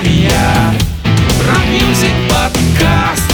Артария. Рок-мьюзик подкаст.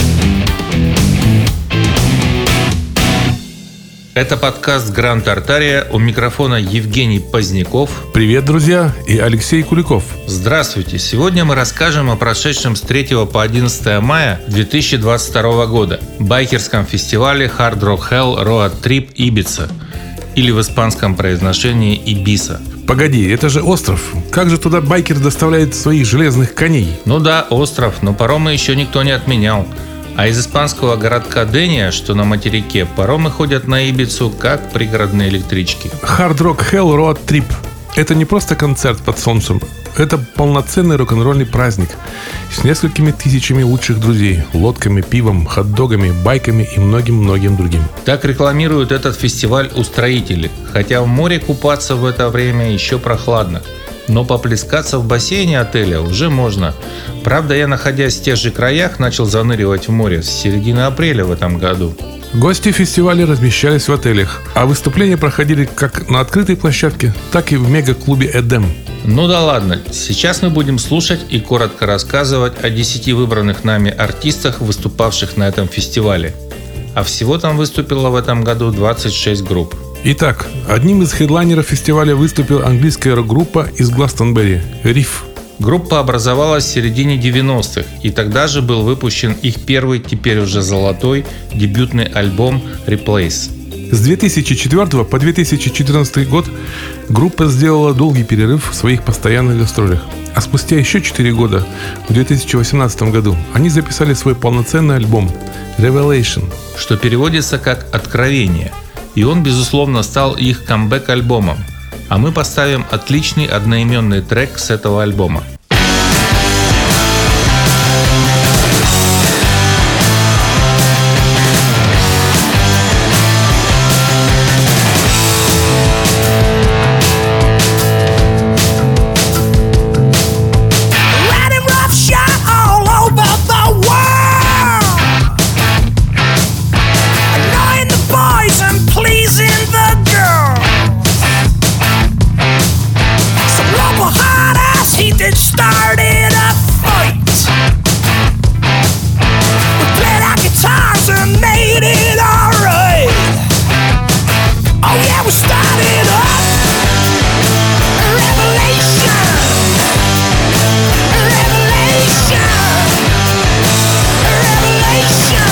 Это подкаст «Гранд Артария». У микрофона Евгений Поздняков. Привет, друзья, и Алексей Куликов. Здравствуйте. Сегодня мы расскажем о прошедшем с 3 по 11 мая 2022 года байкерском фестивале Hard Rock Hell Road Trip Ibiza, или в испанском произношении Ибиса. Погоди, это же остров. Как же туда байкер доставляет своих железных коней? Ну да, остров, но паромы еще никто не отменял. А из испанского городка Дения, что на материке, паромы ходят на Ибицу как пригородные электрички. Hard Rock Hell Road Trip – это не просто концерт под солнцем. Это полноценный рок-н-ролльный праздник с несколькими тысячами лучших друзей, лодками, пивом, хот-догами, байками и многим-многим другим. Так рекламируют этот фестиваль устроители. Хотя в море купаться в это время еще прохладно. Но поплескаться в бассейне отеля уже можно. Правда, я, находясь в тех же краях, начал заныривать в море с середины апреля в этом году. Гости фестиваля размещались в отелях, а выступления проходили как на открытой площадке, так и в мега-клубе «Эдем». Ну да ладно, сейчас мы будем слушать и коротко рассказывать о 10 выбранных нами артистах, выступавших на этом фестивале. А всего там выступило в этом году 26 групп. Итак, одним из хедлайнеров фестиваля выступила английская рок-группа из Гластонберри «Риф». Группа образовалась в середине 90-х, и тогда же был выпущен их первый, теперь уже золотой, дебютный альбом «Replace». С 2004 по 2014 год группа сделала долгий перерыв в своих постоянных гастролях. А спустя еще 4 года, в 2018 году, они записали свой полноценный альбом «Revelation», что переводится как «Откровение». И он, безусловно, стал их камбэк-альбомом. А мы поставим отличный одноименный трек с этого альбома. Started a fight. We played our guitars and made it alright. Oh yeah, we started up a revelation, a revelation, a revelation.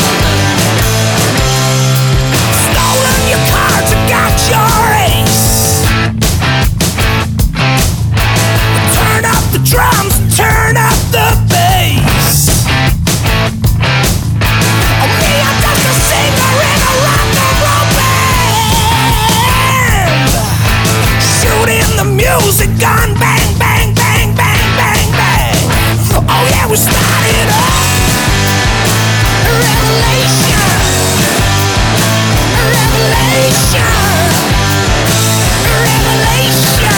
Stolen your cards and got your ace. The drums and turn up the bass. Oh, me, I'm just a singer in a rock and roll band. Shooting the music gun, bang, bang, bang, bang, bang, bang. Oh yeah, we started up a revelation, a revelation, a revelation.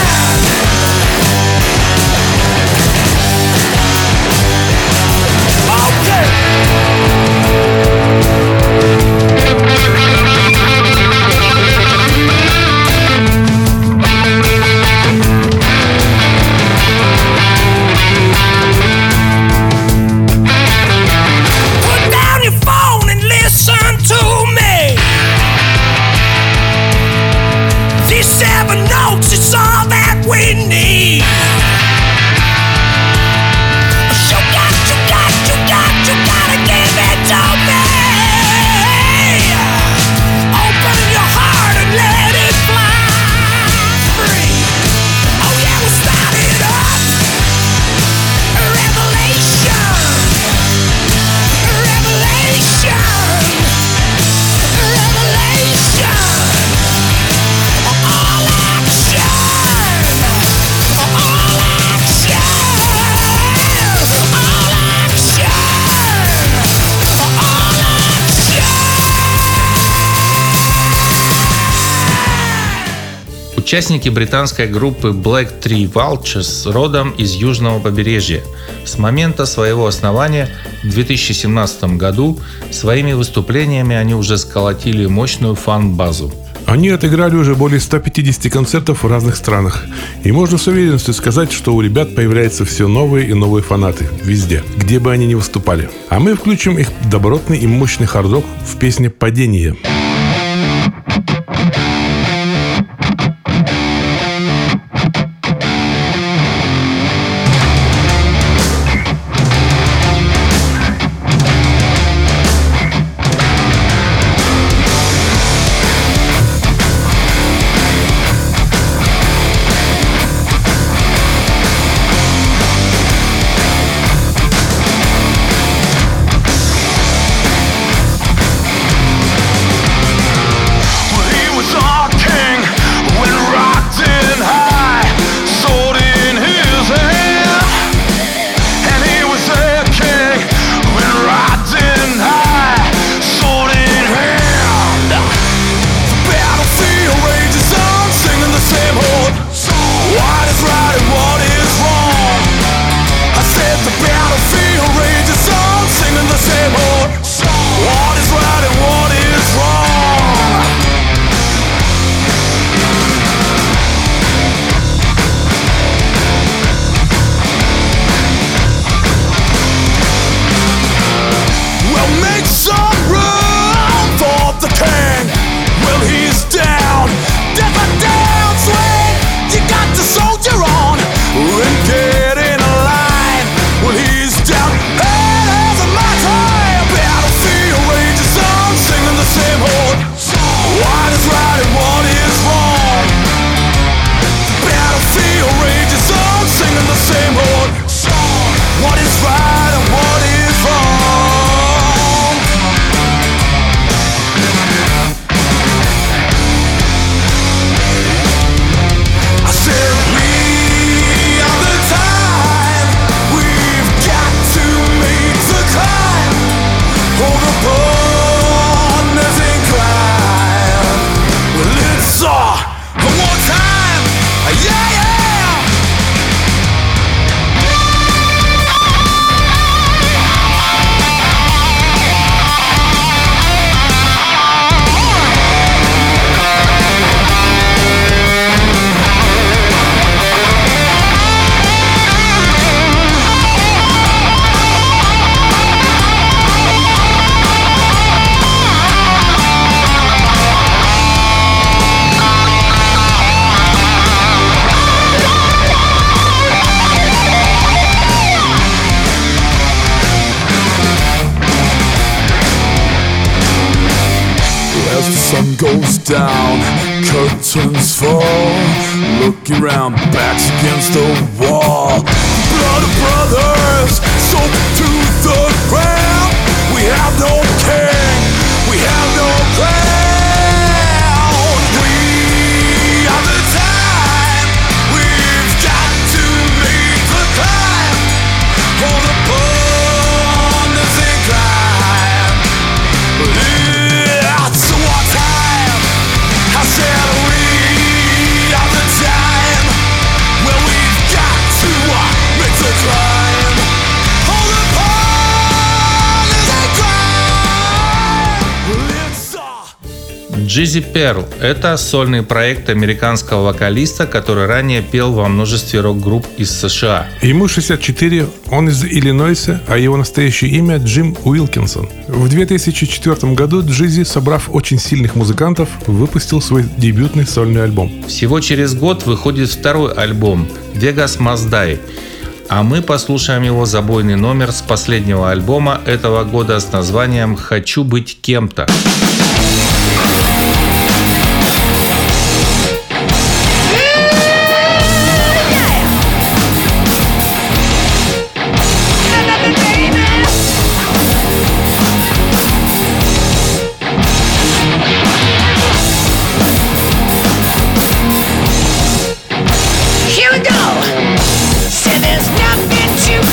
Участники британской группы Black Tree Vultures родом из южного побережья. С момента своего основания в 2017 году своими выступлениями они уже сколотили мощную фан-базу. Они отыграли уже более 150 концертов в разных странах. И можно с уверенностью сказать, что у ребят появляются все новые и новые фанаты везде, где бы они ни выступали. А мы включим их добротный и мощный хард-рок в песне «Падение». Goes down, curtains fall. Looking round, backs against the wall. Blood of brothers, soaked to the ground. We have no king, we have no crown. We are the time, we've got to make the climb. For the partners in crime. It's war time. I said we are the time. Well, we've got to make the climb. Hold the partners in crime. It's Джизи Перл – это сольный проект американского вокалиста, который ранее пел во множестве рок-групп из США. Ему 64, он из Иллинойса, а его настоящее имя Джим Уилкинсон. В 2004 году Джизи, собрав очень сильных музыкантов, выпустил свой дебютный сольный альбом. Всего через год выходит второй альбом «Vegas Must Die», а мы послушаем его забойный номер с последнего альбома этого года с названием «Хочу быть кем-то».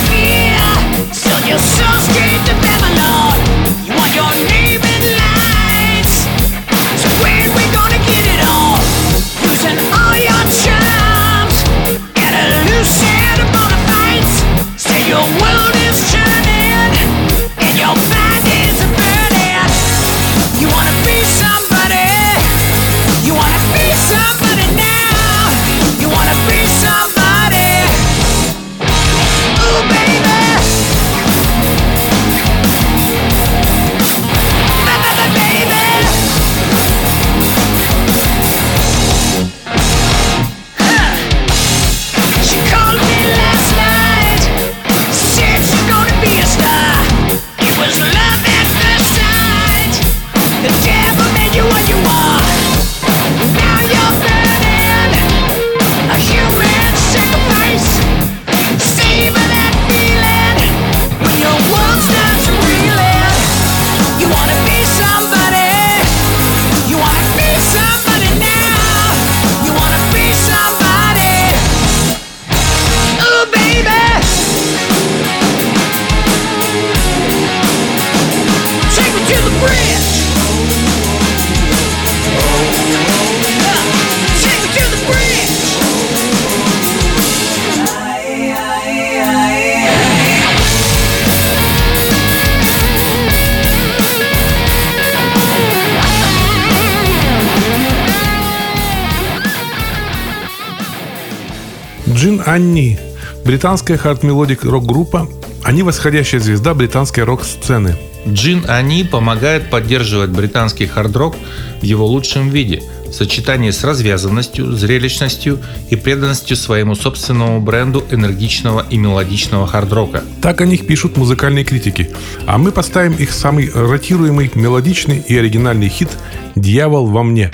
so straight to Babylon. You want your name in line. Джин Анни – британская хард-мелодик рок-группа. Они восходящая звезда британской рок-сцены. Джин Ани помогает поддерживать британский хард-рок в его лучшем виде, в сочетании с развязанностью, зрелищностью и преданностью своему собственному бренду энергичного и мелодичного хард-рока. Так о них пишут музыкальные критики. А мы поставим их самый ротируемый, мелодичный и оригинальный хит «Дьявол во мне».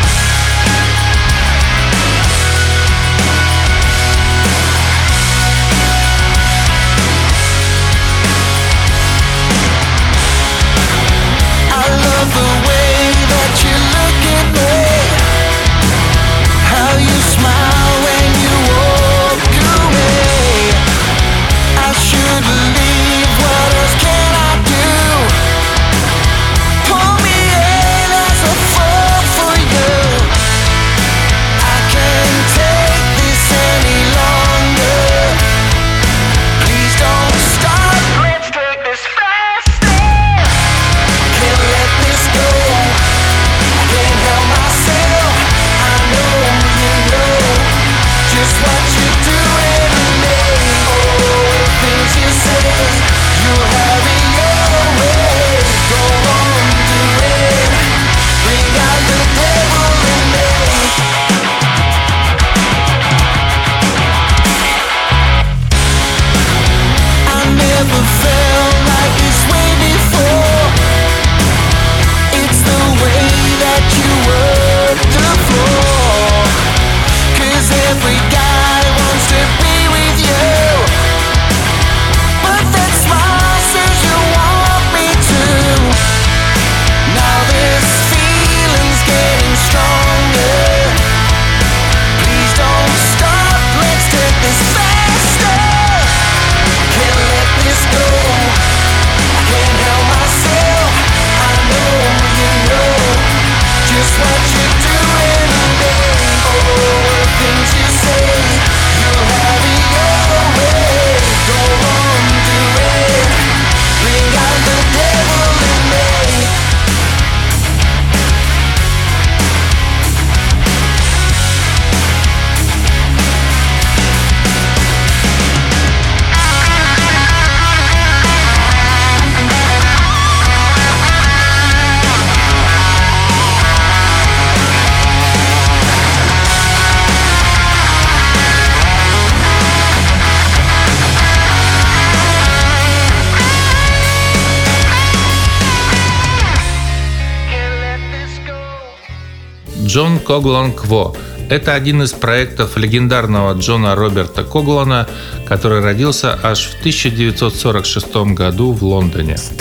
Джон Коглан Кво – это один из проектов легендарного Джона Роберта Коглана, который родился аж в 1946 году в Лондоне. С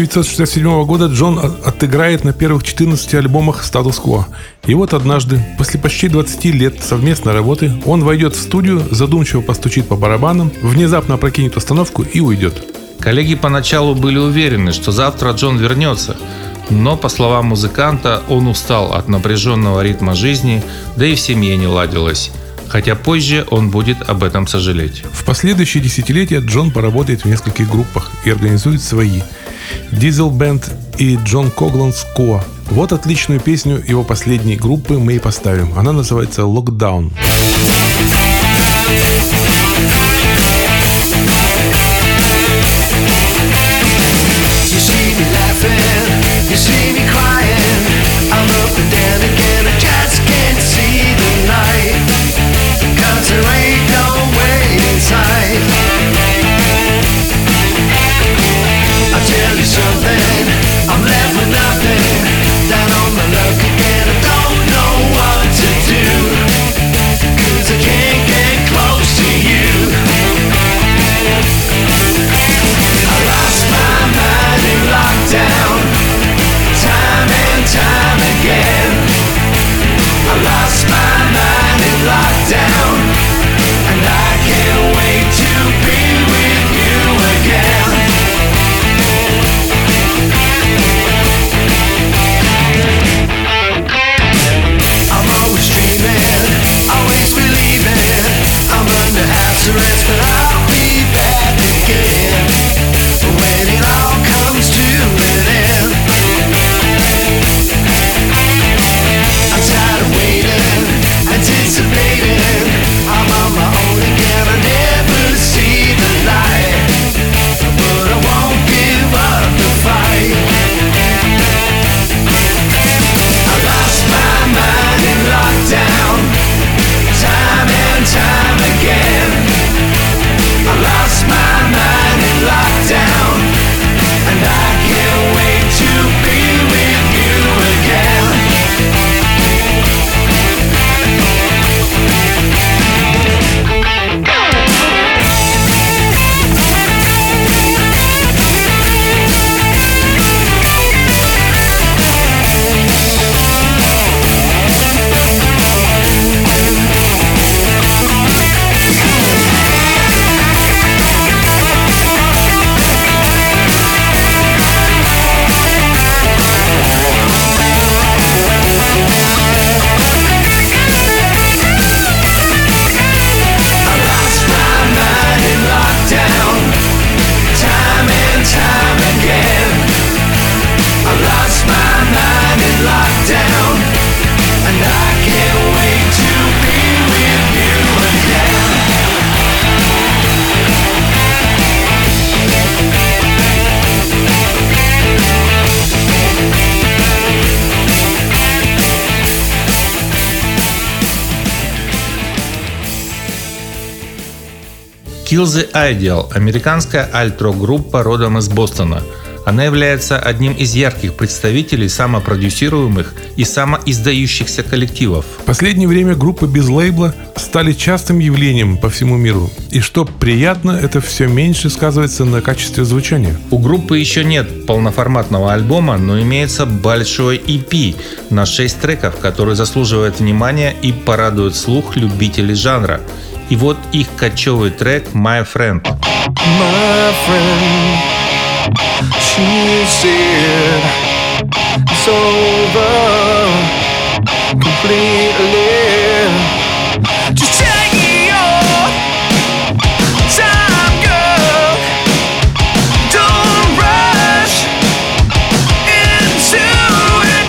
1967 года Джон отыграет на первых 14 альбомах «Статус Кво». И вот однажды, после почти 20 лет совместной работы, он войдет в студию, задумчиво постучит по барабанам, внезапно опрокинет установку и уйдет. Коллеги поначалу были уверены, что завтра Джон вернется, но, по словам музыканта, он устал от напряженного ритма жизни, да и в семье не ладилось. Хотя позже он будет об этом сожалеть. В последующие десятилетия Джон поработает в нескольких группах и организует свои. Diesel Band и John Coglan's Kво. Вот отличную песню его последней группы мы и поставим. Она называется «Lockdown». You see me crying, I'm up and down again, I just can't see the night, 'cause there ain't no way inside. I'll tell you something, I'm left with nothing, down on my luck again, I don't know what to do, 'cause I can't get close to Kill the Ideal – американская альт-рок-группа родом из Бостона. Она является одним из ярких представителей самопродюсируемых и самоиздающихся коллективов. В последнее время группы без лейбла стали частым явлением по всему миру. И что приятно, это все меньше сказывается на качестве звучания. У группы еще нет полноформатного альбома, но имеется большой EP на 6 треков, который заслуживает внимания и порадует слух любителей жанра. И вот их кочевый трек «My Friend». My friend, she said it's over completely. Just take your time, girl. Don't rush into it.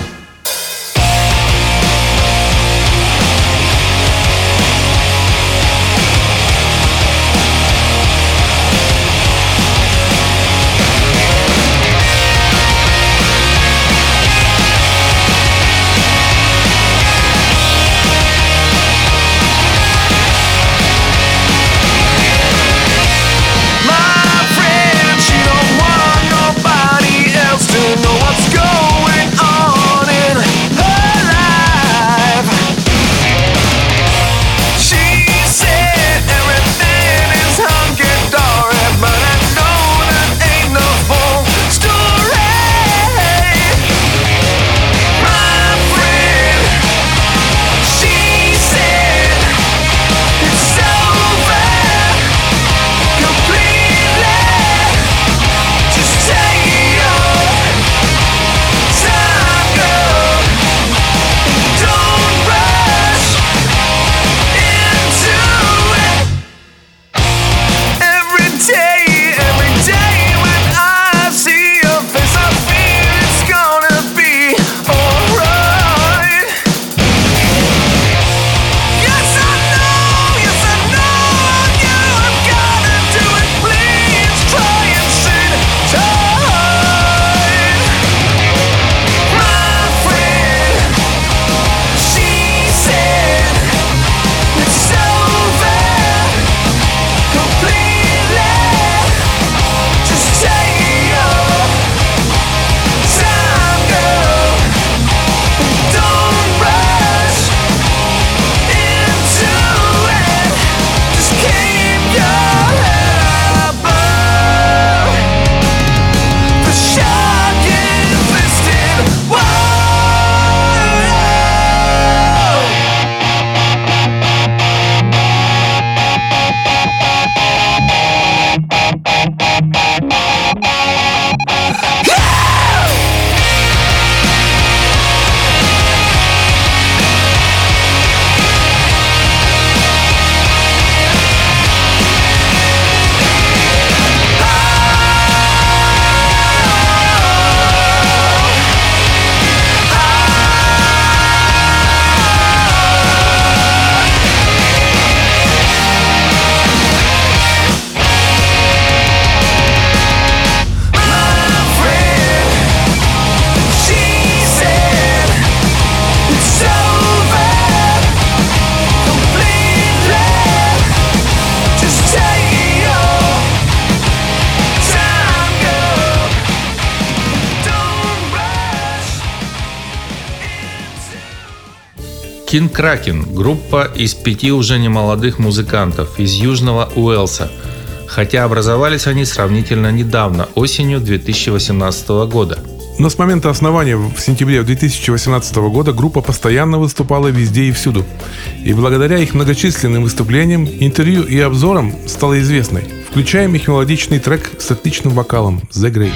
King Kraken – группа из 5 уже немолодых музыкантов из Южного Уэльса, хотя образовались они сравнительно недавно, осенью 2018 года. Но с момента основания в сентябре 2018 года группа постоянно выступала везде и всюду. И благодаря их многочисленным выступлениям, интервью и обзорам стала известной. Включаем их мелодичный трек с отличным вокалом «The Grey».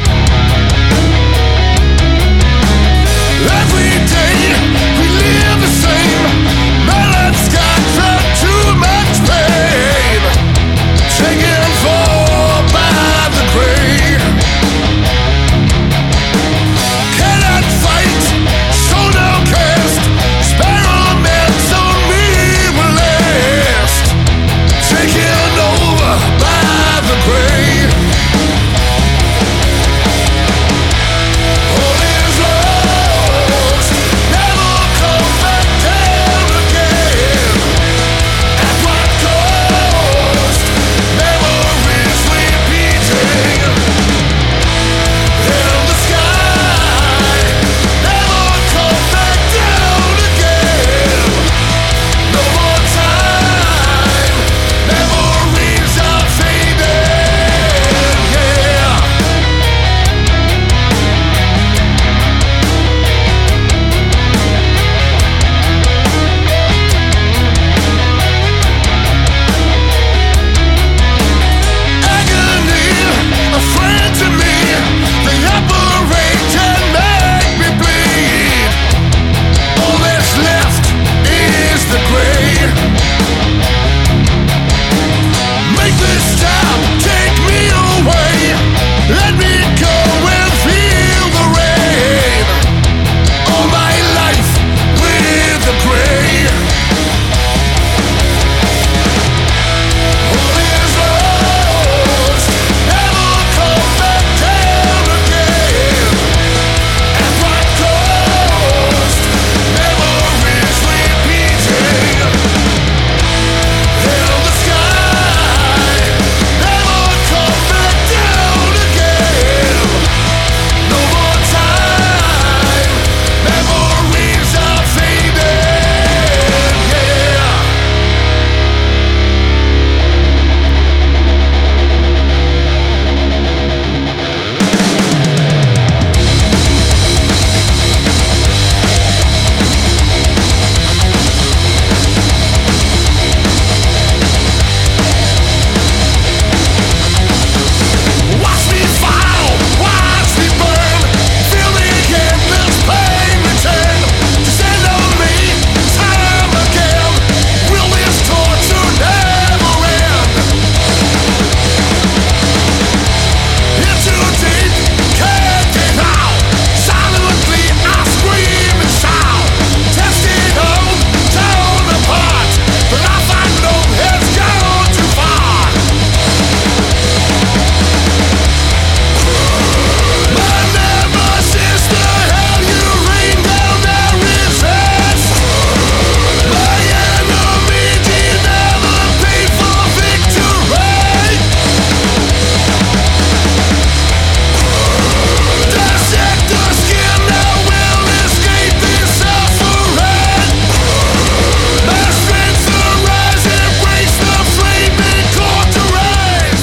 Never stop, take me away. Let me go and feel the rain. All my life with the gray. All is lost, never come back down again. At what cost? Memories repeating. In the sky, never come back down again. No more time, memories are fading. Yeah. Watch me fall, watch me burn. Feel the endless pain return. Descend on me, time again. Will this torture never end? It's too deep, can't get out. Silently I scream and shout. Tested home, torn apart. But I find no has gone too far. My nemesis, the hell you rain down their resist. My enemy did never pay for victory. Dissect the skin, now will escape this suffering. My strength arise, embrace the flame and cauterize.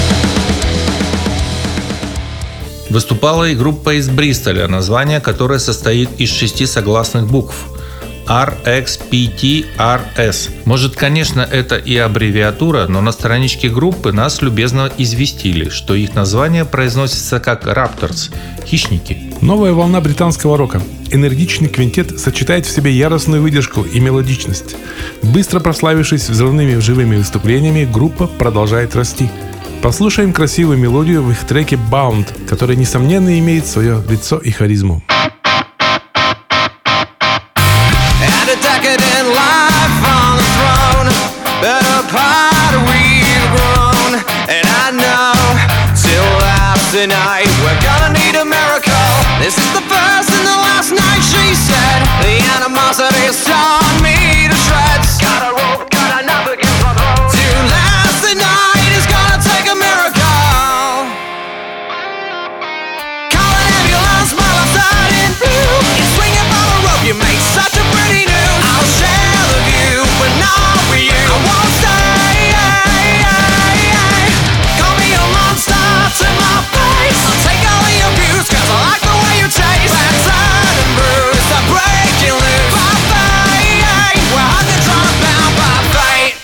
Выступала и группа из Бристоля, название которой состоит из 6 согласных букв RXPTRS. Может, конечно, это и аббревиатура, но на страничке группы нас любезно известили, что их название произносится как Raptors – хищники. Новая волна британского рока. Энергичный квинтет сочетает в себе яростную выдержку и мелодичность. Быстро прославившись взрывными живыми выступлениями, группа продолжает расти. Послушаем красивую мелодию в их треке «Bound», который, несомненно, имеет свое лицо и харизму. And a decadent life on the throne, but apart we've grown. And I know till last night we're gonna need a miracle. This is the first and the last night, she said. The animosity's torn me to shreds. Got a rope, got a knife against my throat. To last the night is gonna take a miracle. Call an ambulance, my left side in blue. You swing it by the rope, you make such a pretty news. I'll share the view, but not with you. I won't stay. Call me a monster to my face. I'll take all the abuse, 'cause I like the way you taste. Battered and bruised, I break you loose. By fate, we're hung and drawn bound by fate.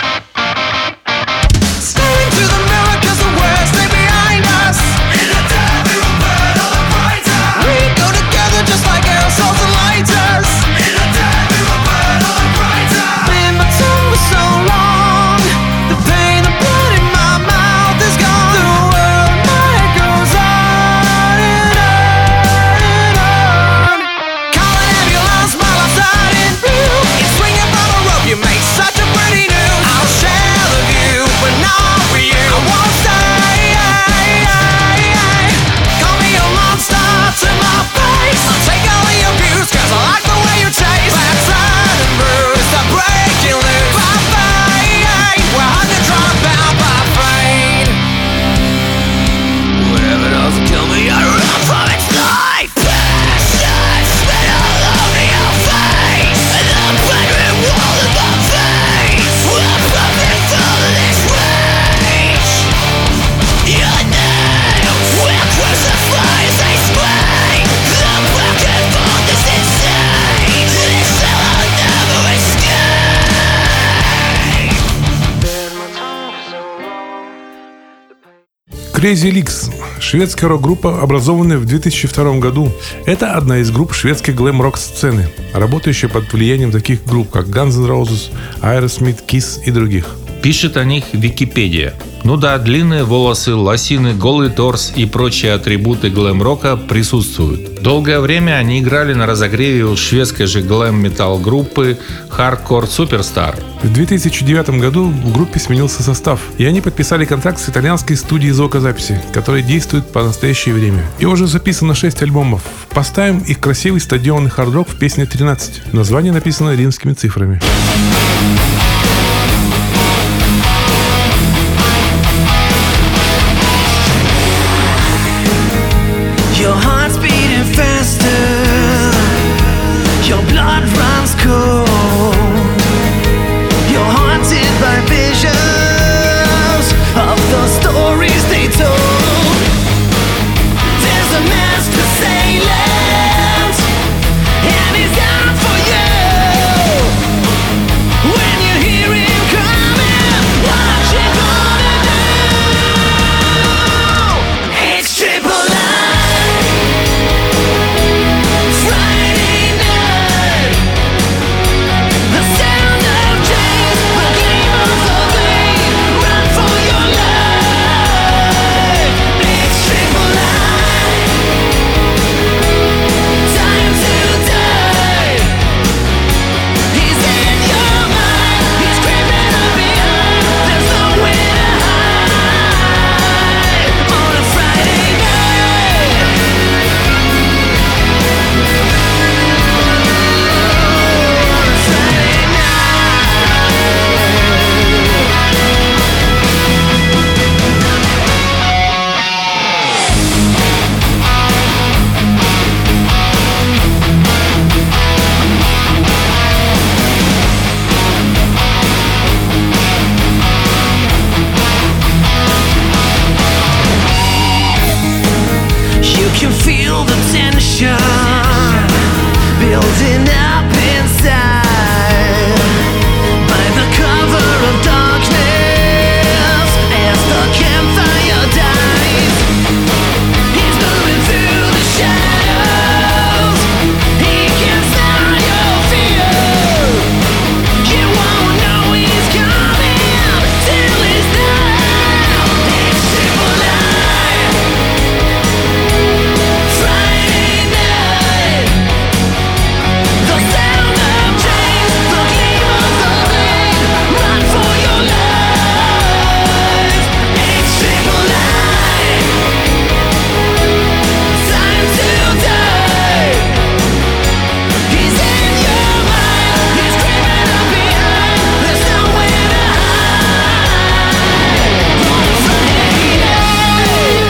Staring through the mirror 'cause the words stay behind us. In the dark we will burn all the brighter. We go together just like aerosols and lighters. In the dark we will burn all the brighter. Been my tongue for so long. The pain, the blood in my mouth is gone. The world might goes on and on and on. Call an ambulance, my left side in blue. You swing it by the rope, you make such a pretty news. I'll share the view, but not with you. I won't stay. Call me a monster to my face. I'll take all the abuse, 'cause I like the way you taste. Battered and bruised, I break you loose. By fate, we're hung and drawn bound by fate. Whatever doesn't kill me, I run from its life. Passion spit all over your face. And the bedroom wall in my face. I'm pumping full of this rage. Your name will crucify as they sway. The back and forth is insane. This hell I'll never escape. Been my tongue for so long. Crazy Leaks – шведская рок-группа, образованная в 2002 году. Это одна из групп шведской глэм-рок сцены, работающая под влиянием таких групп, как Guns N' Roses, Aerosmith, Kiss и других. Пишет о них Википедия. Ну да, длинные волосы, лосины, голый торс и прочие атрибуты глэм-рока присутствуют. Долгое время они играли на разогреве у шведской же глэм-метал группы Hardcore Superstar. В 2009 году в группе сменился состав, и они подписали контракт с итальянской студией звукозаписи, которая действует по настоящее время. И уже записано 6 альбомов. Поставим их красивый стадионный хард-рок в песне 13. Название написано римскими цифрами. Your heart's beating faster, your blood runs cold, you're haunted by visions of the stories they told. There's a master sailor, and he's out for you. When you hear him coming, what you gonna do? It's Triple I. Friday night, the sound of chains, the gleam of the blade. Run for your life. It's Triple I. Time to die. He's in your mind. He's creeping up behind. There's nowhere to hide on a Friday night. You can feel the tension building up inside by the cover of darkness as the campfire dies. He's moving through the shadows. He can smell your fear. You won't know he's coming till he's there. It's Triple I. Friday night, the sound of chains, the gleam of the blade. Run for your life. It's Triple I. Time to die. He's in your mind. He's creeping up behind. There's nowhere to hide on a Friday night.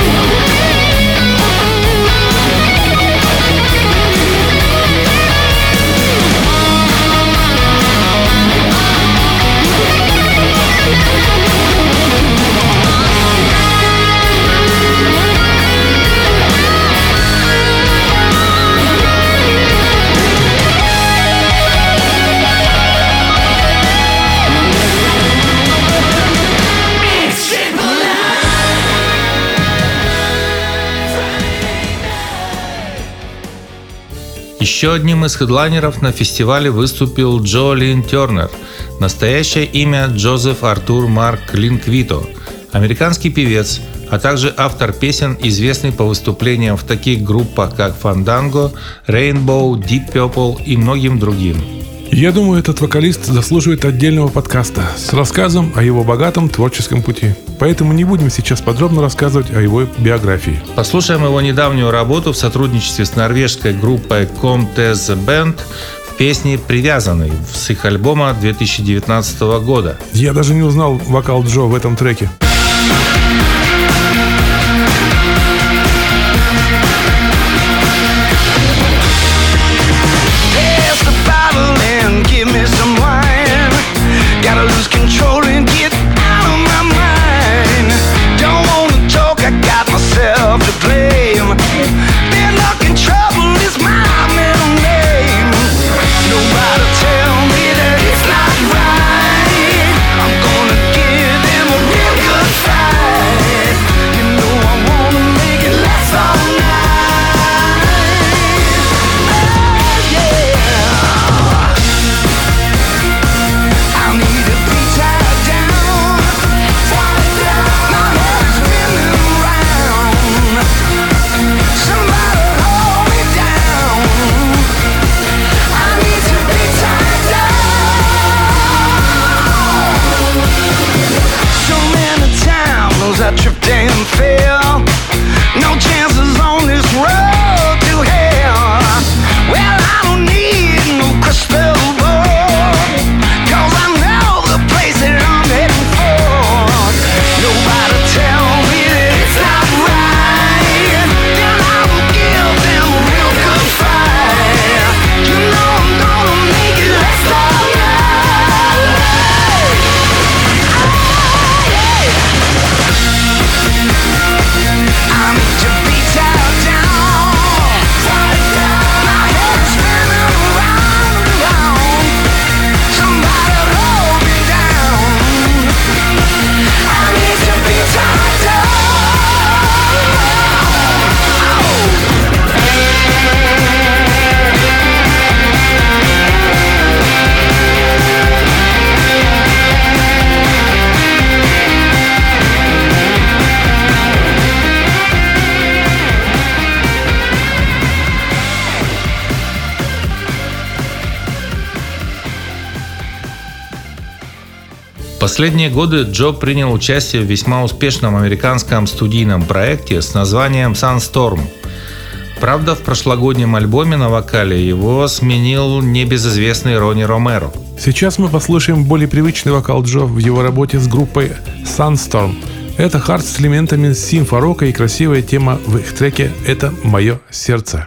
It's Triple Еще одним из хедлайнеров на фестивале выступил Джо Лин Тернер. Настоящее имя Джозеф Артур Марк Линквито. Американский певец, а также автор песен, известный по выступлениям в таких группах, как Fandango, Rainbow, Deep Purple и многим другим. Я думаю, этот вокалист заслуживает отдельного подкаста с рассказом о его богатом творческом пути. Поэтому не будем сейчас подробно рассказывать о его биографии. Послушаем его недавнюю работу в сотрудничестве с норвежской группой Comtes Band в песне «Привязанный» с их альбома 2019 года. Я даже не узнал вокал Джо в этом треке. Pass the bottle and give me some wine. Gotta lose control and get out of my mind. Don't wanna talk, I got myself to blame. Been knocking trouble is my middle name. Nobody tell me that it's not right. I'm gonna give them a real good damn fair. No chances on this road to hell. Well, I don't need no crystal ball, 'cause I know the place that I'm heading for. Nobody tell me that it's not right, then I will give them a real good fight. You know I'm gonna make it last all night. I need to be tied down. My head's spinning around and around. Somebody hold me down. I need to be tied down. В последние годы Джо принял участие в весьма успешном американском студийном проекте с названием Sunstorm. Правда, в прошлогоднем альбоме на вокале его сменил небезызвестный Ронни Ромеро. Сейчас мы послушаем более привычный вокал Джо в его работе с группой Sunstorm. Это хард с элементами симфорока и красивая тема в их треке «Это мое сердце».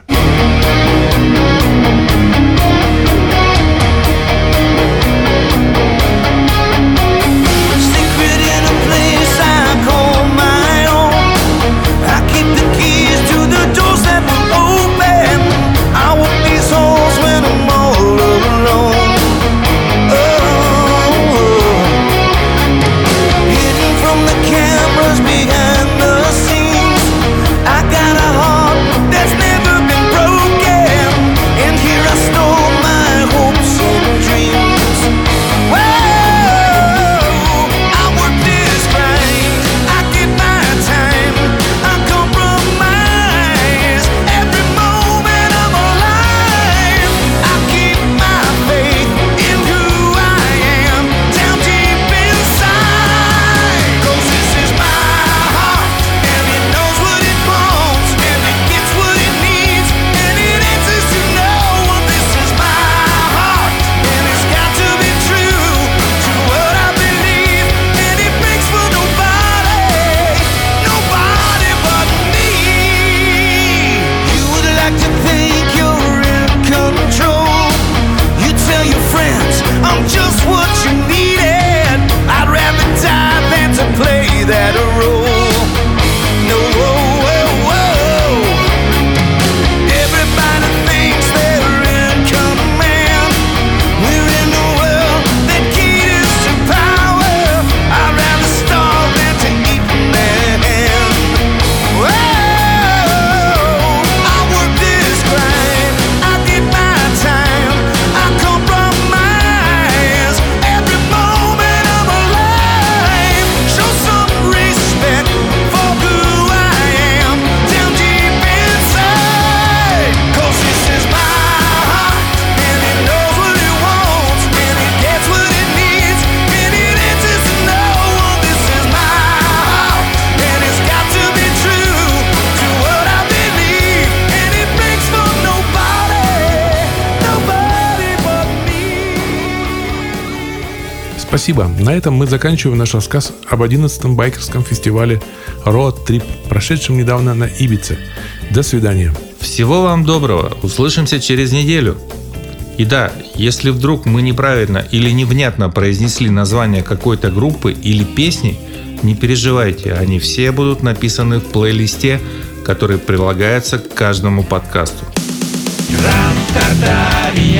Secret in a place I call my own. I keep the keys to the doors that will open. I walk these halls when I'm all alone. Hidden from the cameras behind the scenes, I got a heart that's never been broken. And here I stole my hopes and dreams. Whoa, I work this grind, I give my time, I compromise every moment I'm alive. I keep my faith in who I am down deep inside. 'Cause this is my heart, and it knows what it wants, and it gets what it needs, and it answers to no one. This is my heart, and it's got to be true to what I believe, and it breaks for nobody, nobody but me. You would like to think you're in control. You tell your friends I'm just what you needed. I'd rather die than to play that role. No, everybody thinks they're in command. We're in a world that caters to power. I'd rather starve than to eat from their hand. Whoa, I work this grind, I give my time, I compromise every moment I'm alive. Show some respect for who I am down deep inside. 'Cause this is my heart, and it knows what it wants, and it gets what it needs, and it answers to no one. This is my heart, and it's got to be true to what I believe, and it breaks for nobody, nobody but me. Спасибо. На этом мы заканчиваем наш рассказ об 11-м байкерском фестивале Road Trip, прошедшем недавно на Ибице. До свидания. Всего вам доброго. Услышимся через неделю. И да, если вдруг мы неправильно или невнятно произнесли название какой-то группы или песни, не переживайте, они все будут написаны в плейлисте, который прилагается к каждому подкасту. Гран-Тартария.